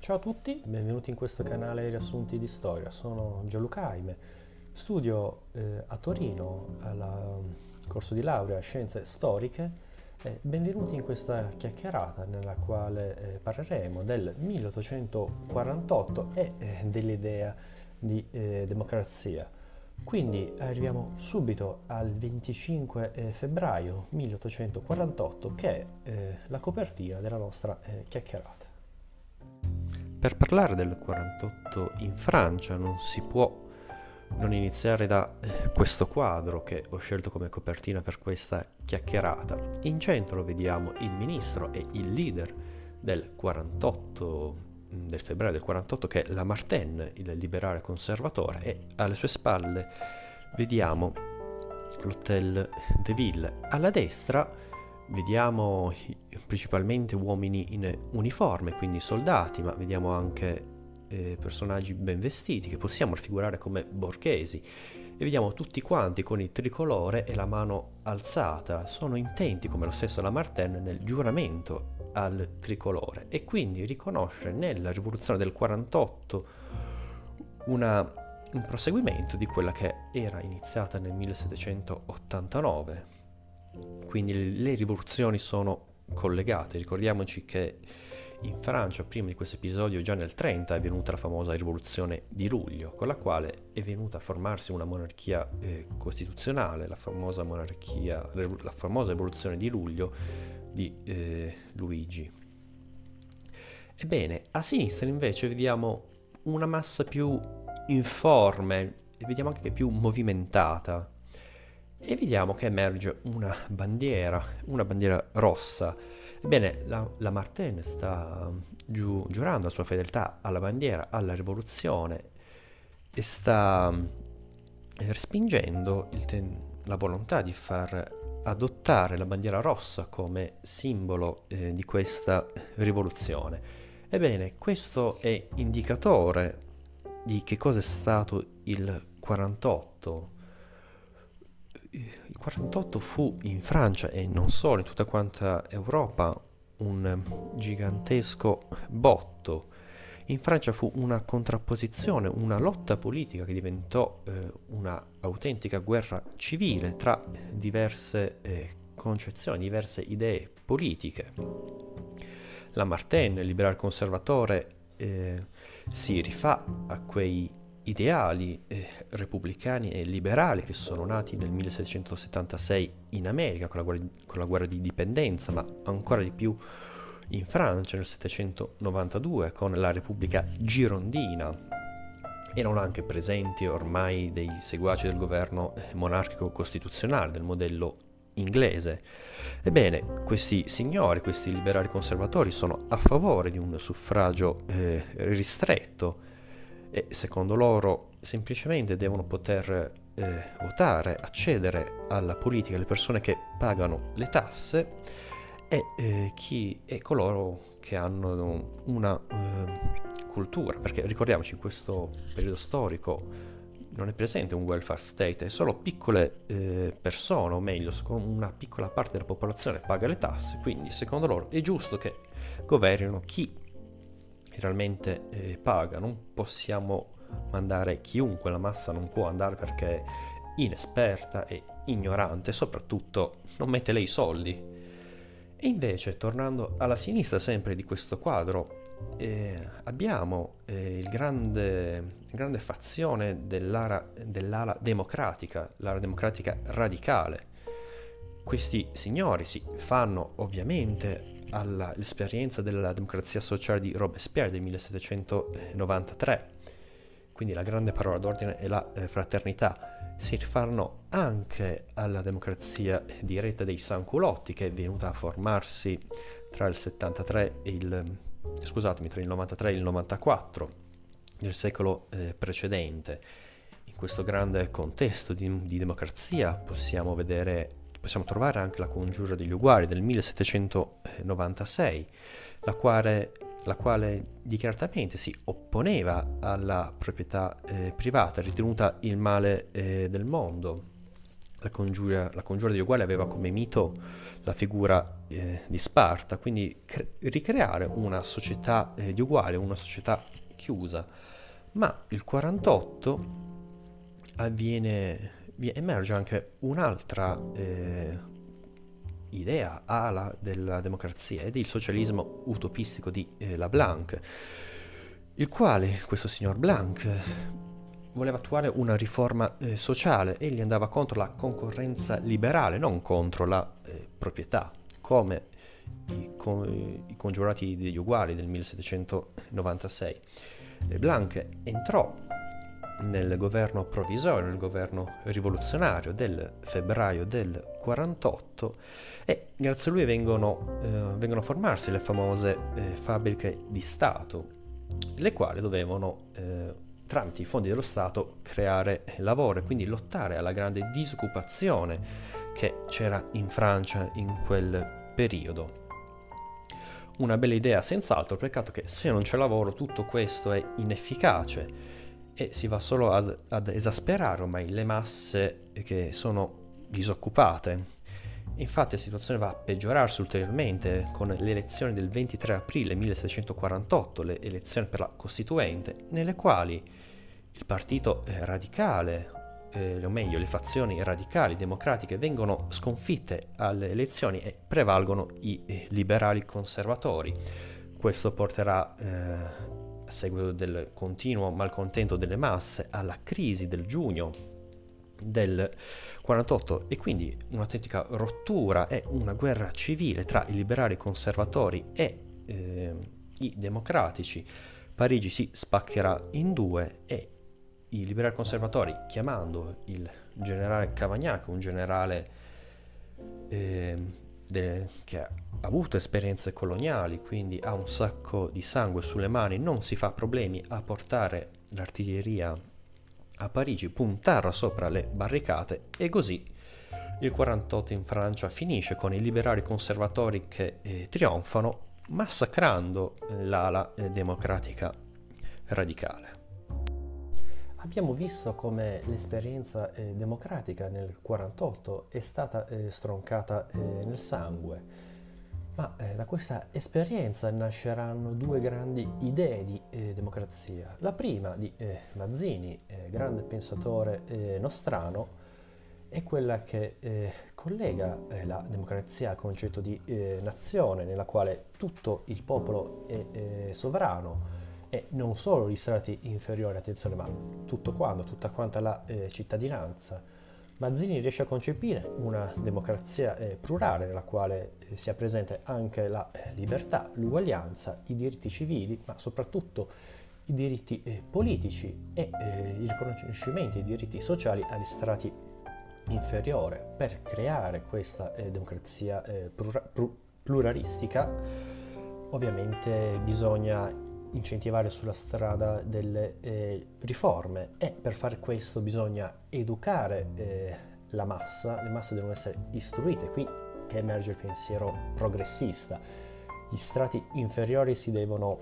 Ciao a tutti, benvenuti in questo canale Riassunti di Storia. Sono Gianluca Aime, studio a Torino al corso di laurea Scienze Storiche e benvenuti in questa chiacchierata nella quale parleremo del 1848 e dell'idea di democrazia. Quindi arriviamo subito al 25 febbraio 1848 che è la copertina della nostra chiacchierata. Per parlare del 48 in Francia non si può non iniziare da questo quadro che ho scelto come copertina per questa chiacchierata. In centro vediamo il ministro e il leader del 48 del febbraio del 48 che è Lamartine, il liberale conservatore, e alle sue spalle vediamo l'Hôtel de Ville. Alla destra vediamo principalmente uomini in uniforme, quindi soldati, ma vediamo anche personaggi ben vestiti che possiamo raffigurare come borghesi, e vediamo tutti quanti con il tricolore e la mano alzata, sono intenti come lo stesso Lamartine nel giuramento al tricolore, e quindi riconosce nella rivoluzione del 48 un proseguimento di quella che era iniziata nel 1789. Quindi le rivoluzioni sono collegate. Ricordiamoci che in Francia, prima di questo episodio, già nel 30 è venuta la famosa rivoluzione di luglio, con la quale è venuta a formarsi una monarchia costituzionale, la famosa rivoluzione di luglio di Luigi. Ebbene, a sinistra invece vediamo una massa più informe e vediamo anche più movimentata, e vediamo che emerge una bandiera rossa. Ebbene, Lamartine sta giurando la sua fedeltà alla bandiera, alla rivoluzione, e sta respingendo la volontà di far adottare la bandiera rossa come simbolo di questa rivoluzione. Ebbene, questo è indicatore di che cosa è stato il 48. Il 48 fu in Francia e non solo, in tutta quanta Europa, un gigantesco botto. In Francia fu una contrapposizione, una lotta politica che diventò una autentica guerra civile tra diverse concezioni, diverse idee politiche. Lamartine, il liberal conservatore, si rifà a quei ideali repubblicani e liberali che sono nati nel 1776 in America con la guerra di indipendenza, ma ancora di più in Francia nel 792 con la Repubblica Girondina. Erano anche presenti ormai dei seguaci del governo monarchico costituzionale, del modello inglese. Ebbene, questi signori, questi liberali conservatori, sono a favore di un suffragio ristretto, e secondo loro semplicemente devono poter votare, accedere alla politica le persone che pagano le tasse e coloro che hanno una cultura, perché ricordiamoci, in questo periodo storico non è presente un welfare state, è solo piccole persone, o meglio, una piccola parte della popolazione paga le tasse, quindi secondo loro è giusto che governino chi realmente paga. Non possiamo mandare chiunque, la massa non può andare perché è inesperta e ignorante, soprattutto non mette lei i soldi. E invece, tornando alla sinistra sempre di questo quadro, abbiamo la grande fazione dell'ala democratica, l'ala democratica radicale. Questi signori si fanno ovviamente all'esperienza della democrazia sociale di Robespierre del 1793, quindi la grande parola d'ordine e la fraternità. Si rifanno anche alla democrazia diretta dei Sanculotti, che è venuta a formarsi tra il 93 e tra il 93 e il 94 del secolo precedente. In questo grande contesto di democrazia possiamo trovare anche la Congiura degli Uguali del 1796, la quale dichiaratamente si opponeva alla proprietà privata, ritenuta il male del mondo. la congiura degli uguali aveva come mito la figura di Sparta, quindi ricreare una società di uguali, una società chiusa. Ma il 48 emerge anche un'altra idea ala della democrazia ed è il socialismo utopistico di Leblanc, il quale, questo signor Blanc, voleva attuare una riforma sociale. Egli andava contro la concorrenza liberale, non contro la proprietà, come i congiurati degli uguali del 1796. Blanc entrò nel governo provvisorio, nel governo rivoluzionario del febbraio del 48 e grazie a lui vengono a formarsi le famose fabbriche di Stato, le quali dovevano tramite i fondi dello Stato creare lavoro e quindi lottare alla grande disoccupazione che c'era in Francia in quel periodo. Una bella idea senz'altro, peccato che se non c'è lavoro tutto questo è inefficace e si va solo ad esasperare ormai le masse che sono disoccupate. Infatti la situazione va a peggiorarsi ulteriormente con le elezioni del 23 aprile 1748, le elezioni per la Costituente, nelle quali il partito radicale, o meglio le fazioni radicali democratiche vengono sconfitte alle elezioni e prevalgono i liberali conservatori. Questo porterà, a seguito del continuo malcontento delle masse, alla crisi del giugno del 48 e quindi un'autentica rottura e una guerra civile tra i liberali conservatori e i democratici. Parigi si spaccherà in due e i liberali conservatori, chiamando il generale Cavaignac, un generale che ha avuto esperienze coloniali, quindi ha un sacco di sangue sulle mani, non si fa problemi a portare l'artiglieria a Parigi, puntarla sopra le barricate e così il 48 in Francia finisce con i liberali conservatori che trionfano, massacrando l'ala democratica radicale. Abbiamo visto come l'esperienza democratica nel 48 è stata stroncata nel sangue, ma da questa esperienza nasceranno due grandi idee di democrazia. La prima di Mazzini, grande pensatore nostrano, è quella che collega la democrazia al concetto di nazione, nella quale tutto il popolo è sovrano e non solo gli strati inferiori, attenzione, ma tutta quanta la cittadinanza. Mazzini riesce a concepire una democrazia plurale nella quale sia presente anche la libertà, l'uguaglianza, i diritti civili, ma soprattutto i diritti politici e il riconoscimento dei diritti sociali agli strati inferiori. Per creare questa democrazia pluralistica ovviamente bisogna incentivare sulla strada delle riforme e per fare questo bisogna educare la massa, le masse devono essere istruite, qui che emerge il pensiero progressista. Gli strati inferiori devono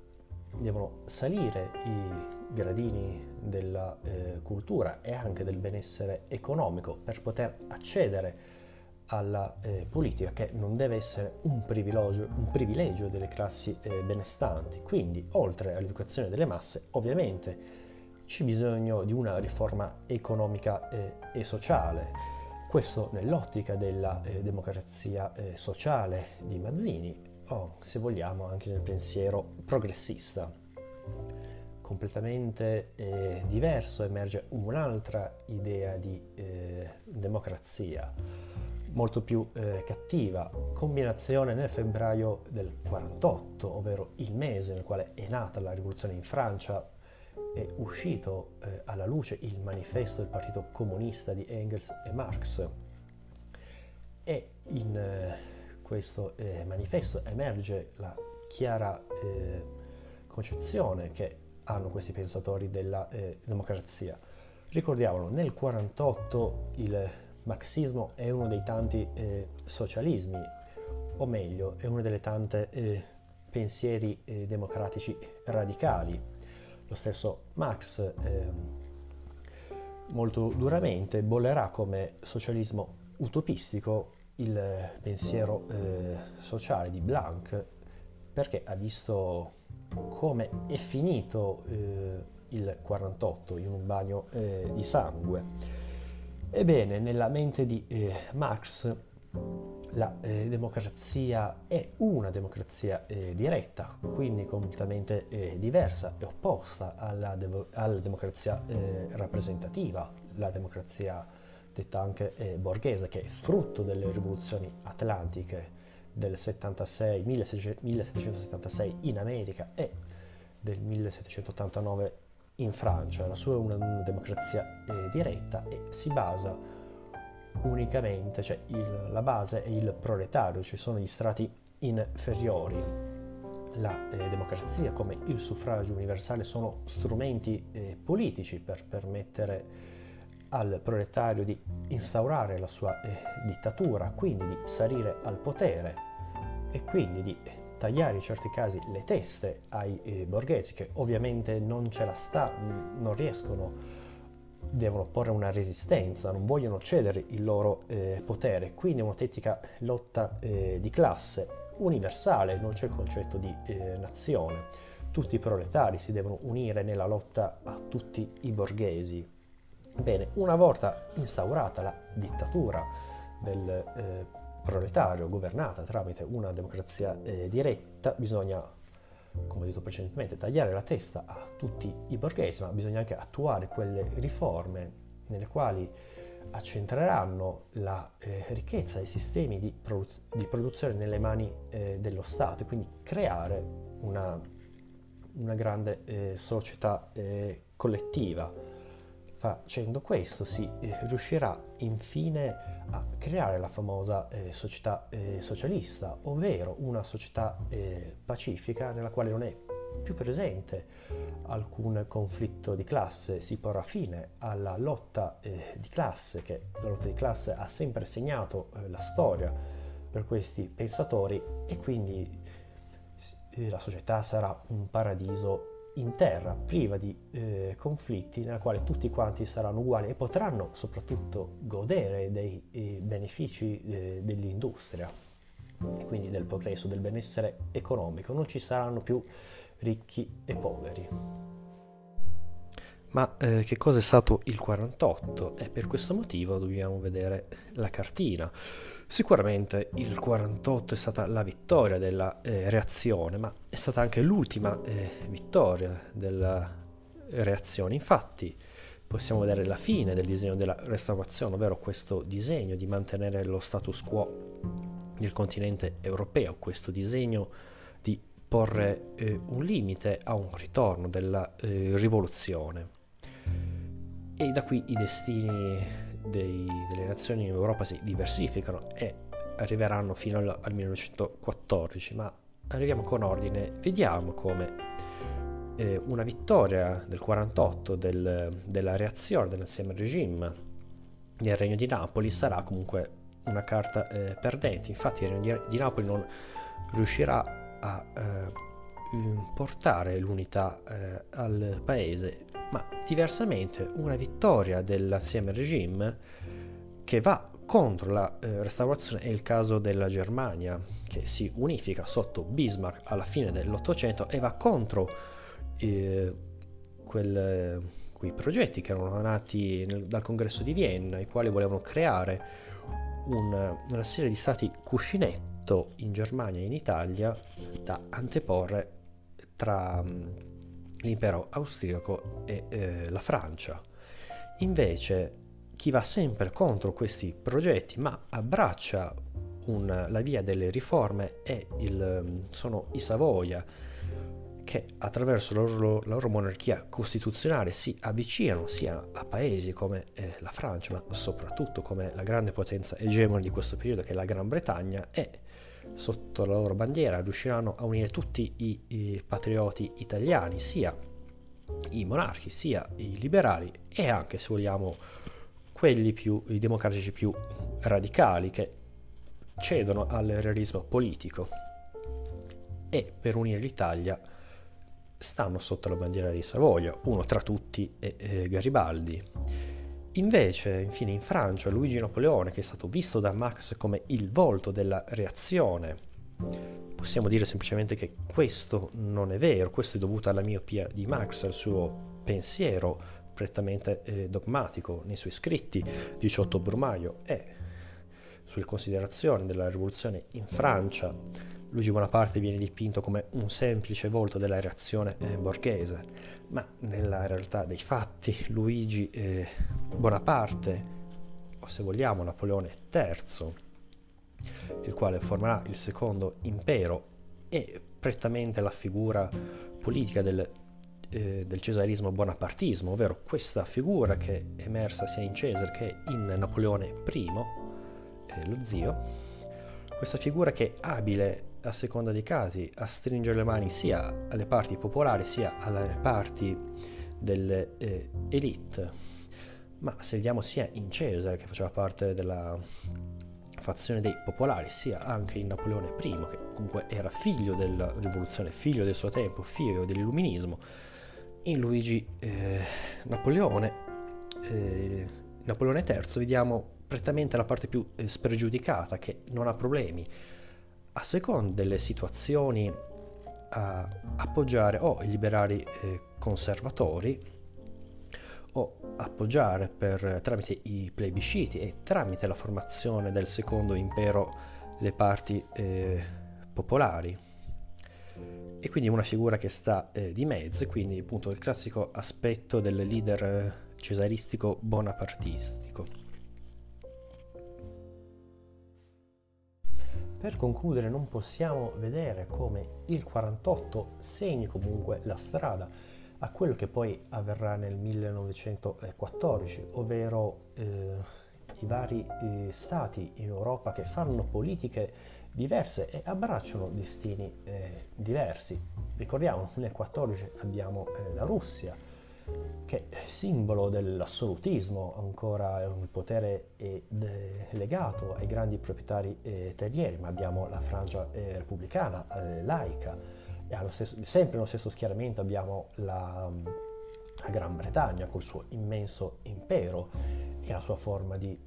salire i gradini della cultura e anche del benessere economico per poter accedere alla politica, che non deve essere un privilegio delle classi benestanti. Quindi, oltre all'educazione delle masse, ovviamente c'è bisogno di una riforma economica e sociale. Questo nell'ottica della democrazia sociale di Mazzini, o se vogliamo anche nel pensiero progressista. Completamente diverso emerge un'altra idea di democrazia, molto più cattiva, combinazione nel febbraio del 48, ovvero il mese nel quale è nata la rivoluzione in Francia, è uscito alla luce il manifesto del Partito Comunista di Engels e Marx e in questo manifesto emerge la chiara concezione che hanno questi pensatori della democrazia. Ricordiamolo, nel 48 il marxismo è uno dei tanti socialismi, o meglio, è una delle tante pensieri democratici radicali. Lo stesso Marx molto duramente, bollerà come socialismo utopistico il pensiero sociale di Blanc, perché ha visto come è finito il 48 in un bagno di sangue. Ebbene, nella mente di Marx la democrazia è una democrazia diretta, quindi completamente diversa e opposta alla democrazia rappresentativa, la democrazia detta anche borghese, che è frutto delle rivoluzioni atlantiche del 76, 1776 in America e del 1789 in Francia. La sua è una democrazia diretta e si basa unicamente, cioè la base è il proletario, ci sono gli strati inferiori. La democrazia come il suffragio universale sono strumenti politici per permettere al proletario di instaurare la sua dittatura, quindi di salire al potere e quindi di tagliare in certi casi le teste ai borghesi che ovviamente non ce la non riescono, devono porre una resistenza, non vogliono cedere il loro potere, quindi è un'autentica lotta di classe universale, non c'è il concetto di nazione. Tutti i proletari si devono unire nella lotta a tutti i borghesi. Bene, una volta instaurata la dittatura del proletario governata tramite una democrazia diretta, bisogna, come ho detto precedentemente, tagliare la testa a tutti i borghesi, ma bisogna anche attuare quelle riforme nelle quali accentreranno la ricchezza e i sistemi di produzione nelle mani dello Stato e quindi creare una grande società collettiva. Facendo questo si riuscirà infine a creare la famosa società socialista, ovvero una società pacifica nella quale non è più presente alcun conflitto di classe, si porrà fine alla lotta di classe, che la lotta di classe ha sempre segnato la storia per questi pensatori, e quindi la società sarà un paradiso in terra, priva di conflitti, nella quale tutti quanti saranno uguali e potranno soprattutto godere dei benefici dell'industria e quindi del progresso, del benessere economico. Non ci saranno più ricchi e poveri. Ma che cosa è stato il 48? E per questo motivo dobbiamo vedere la cartina. Sicuramente il 48 è stata la vittoria della reazione, ma è stata anche l'ultima vittoria della reazione. Infatti possiamo vedere la fine del disegno della restaurazione, ovvero questo disegno di mantenere lo status quo del continente europeo, questo disegno di porre un limite a un ritorno della rivoluzione. E da qui i destini delle nazioni in Europa si diversificano e arriveranno fino al 1914, ma arriviamo con ordine, vediamo come una vittoria del 48 della reazione dell'Ancien Regime nel Regno di Napoli sarà comunque una carta perdente. Infatti il Regno di Napoli non riuscirà a portare l'unità al paese, ma diversamente una vittoria dell'Ancien Regime che va contro la restaurazione è il caso della Germania, che si unifica sotto Bismarck alla fine dell'Ottocento e va contro quei progetti che erano nati dal Congresso di Vienna, i quali volevano creare una serie di stati cuscinetto in Germania e in Italia da anteporre tra l'impero austriaco e la Francia. Invece chi va sempre contro questi progetti ma abbraccia la via delle riforme sono i Savoia, che attraverso la loro monarchia costituzionale si avvicinano sia a paesi come la Francia, ma soprattutto come la grande potenza egemone di questo periodo che è la Gran Bretagna, e sotto la loro bandiera riusciranno a unire tutti i patrioti italiani, sia i monarchi sia i liberali e anche, se vogliamo, i democratici più radicali che cedono al realismo politico, e per unire l'Italia stanno sotto la bandiera di Savoia, uno tra tutti è Garibaldi. Invece, infine, in Francia, Luigi Napoleone, che è stato visto da Marx come il volto della reazione, possiamo dire semplicemente che questo non è vero, questo è dovuto alla miopia di Marx, al suo pensiero prettamente dogmatico nei suoi scritti 18 Brumaio e sulle considerazioni della rivoluzione in Francia. Luigi Bonaparte viene dipinto come un semplice volto della reazione borghese, ma nella realtà dei fatti Luigi Bonaparte, o se vogliamo Napoleone III, il quale formerà il secondo impero, è prettamente la figura politica del cesarismo bonapartismo, ovvero questa figura che è emersa sia in Cesare che in Napoleone I, lo zio, questa figura che è abile a seconda dei casi a stringere le mani sia alle parti popolari sia alle parti delle elite, ma se vediamo sia in Cesare, che faceva parte della fazione dei popolari, sia anche in Napoleone I, che comunque era figlio della rivoluzione, figlio del suo tempo, figlio dell'illuminismo, in Luigi Napoleone III vediamo prettamente la parte più spregiudicata, che non ha problemi a seconda delle situazioni a appoggiare o i liberali conservatori o appoggiare tramite i plebisciti e tramite la formazione del secondo impero le parti popolari, e quindi una figura che sta di mezzo, e quindi appunto il classico aspetto del leader cesaristico bonapartistico. Per concludere, non possiamo vedere come il 48 segni comunque la strada a quello che poi avverrà nel 1914, ovvero i vari stati in Europa che fanno politiche diverse e abbracciano destini diversi. Ricordiamo, nel 14 abbiamo la Russia, che è simbolo dell'assolutismo, ancora il potere è legato ai grandi proprietari terrieri, ma abbiamo la Francia repubblicana, laica, e sempre nello stesso schieramento abbiamo la Gran Bretagna col suo immenso impero e la sua forma di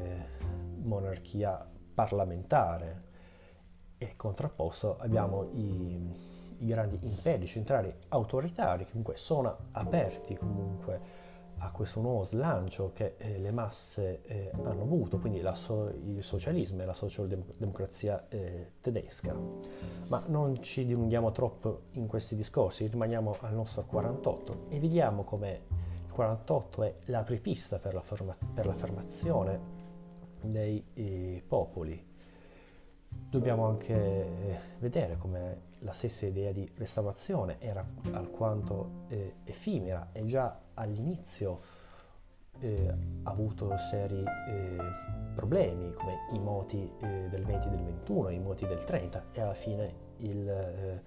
monarchia parlamentare, e contrapposto abbiamo i grandi imperi centrali autoritari che comunque sono aperti comunque a questo nuovo slancio che le masse hanno avuto, quindi il socialismo e la socialdemocrazia tedesca. Ma non ci dilunghiamo troppo in questi discorsi, rimaniamo al nostro 48 e vediamo come il 48 è l'apripista per l'affermazione dei popoli. Dobbiamo anche vedere come la stessa idea di restaurazione era alquanto effimera e già all'inizio ha avuto seri problemi, come i moti del 20 e del 21, i moti del 30 e alla fine il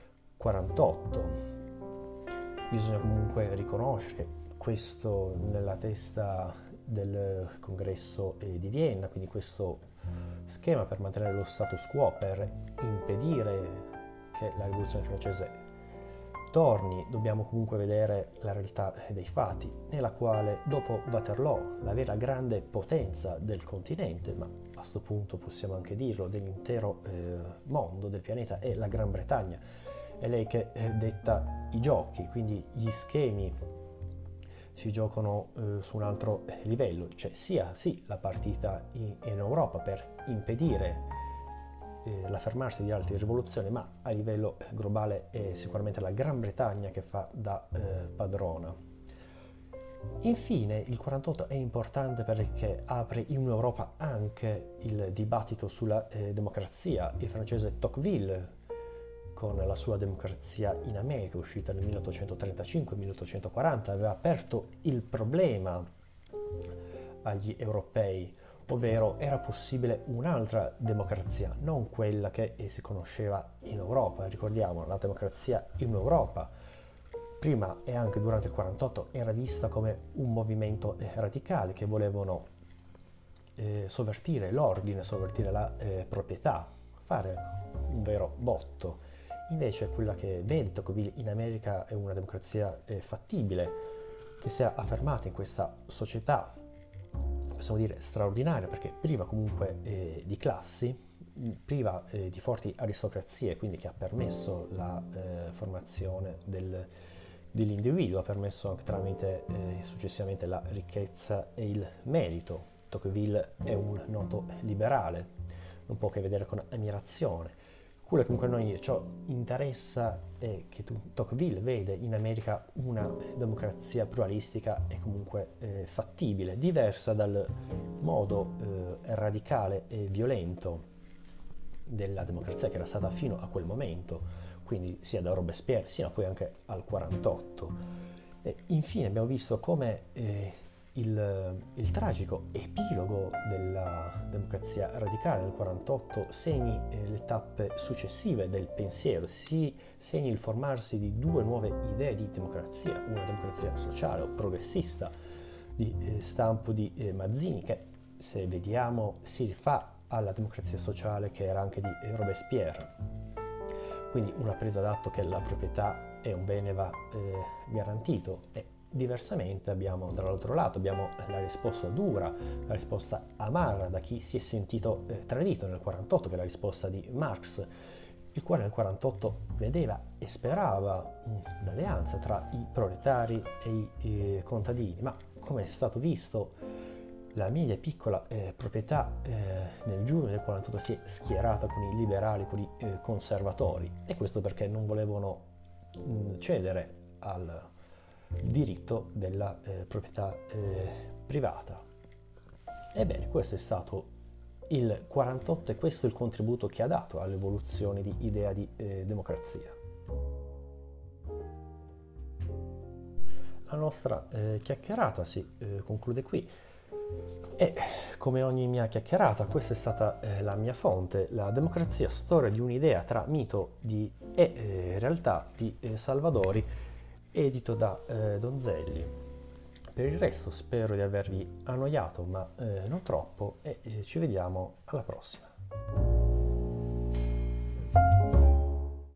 48. Bisogna comunque riconoscere che questo nella testa del congresso di Vienna, quindi questo schema per mantenere lo status quo, per impedire che la rivoluzione francese torni, dobbiamo comunque vedere la realtà dei fatti, nella quale dopo Waterloo, la vera grande potenza del continente, ma a questo punto possiamo anche dirlo dell'intero mondo, del pianeta, è la Gran Bretagna. È lei che detta i giochi, quindi gli schemi si giocano su un altro livello, cioè sia sì la partita in Europa per impedire l'affermarsi di altre rivoluzioni, ma a livello globale è sicuramente la Gran Bretagna che fa da padrona. Infine il 48 è importante perché apre in Europa anche il dibattito sulla democrazia. Il francese Tocqueville, con la sua Democrazia in America, uscita nel 1835-1840, aveva aperto il problema agli europei, ovvero era possibile un'altra democrazia, non quella che si conosceva in Europa. Ricordiamo, la democrazia in Europa, prima e anche durante il 48, era vista come un movimento radicale che volevano sovvertire l'ordine, sovvertire la proprietà, fare un vero botto. Invece quella che vede Tocqueville in America è una democrazia fattibile, che si è affermata in questa società possiamo dire straordinaria, perché priva comunque di classi, priva di forti aristocrazie, quindi che ha permesso la formazione dell'individuo, ha permesso anche tramite successivamente la ricchezza e il merito. Tocqueville è un noto liberale, non può che vedere con ammirazione. Quello che comunque a noi ciò interessa è che Tocqueville vede in America una democrazia pluralistica e comunque fattibile, diversa dal modo radicale e violento della democrazia che era stata fino a quel momento, quindi sia da Robespierre sia poi anche al 48. E infine abbiamo visto come il tragico epilogo della democrazia radicale nel 48 segni le tappe successive del pensiero, segni il formarsi di due nuove idee di democrazia, una democrazia sociale o progressista di stampo di Mazzini, che se vediamo si rifà alla democrazia sociale che era anche di Robespierre. Quindi una presa d'atto che la proprietà è un bene va garantito, e diversamente abbiamo dall'altro lato abbiamo la risposta dura, la risposta amara da chi si è sentito tradito nel 48, che è la risposta di Marx, il quale nel 48 vedeva e sperava un'alleanza tra i proletari e i contadini, ma come è stato visto la media e piccola proprietà nel giugno del 48 si è schierata con i liberali, con i conservatori, e questo perché non volevano cedere al diritto della proprietà privata. Ebbene, questo è stato il 48 e questo è il contributo che ha dato all'evoluzione di idea di democrazia. La nostra chiacchierata si conclude qui. E come ogni mia chiacchierata, questa è stata la mia fonte, La democrazia, storia di un'idea tra mito e realtà di Salvadori, edito da Donzelli. Per il resto spero di avervi annoiato, ma non troppo, e ci vediamo alla prossima.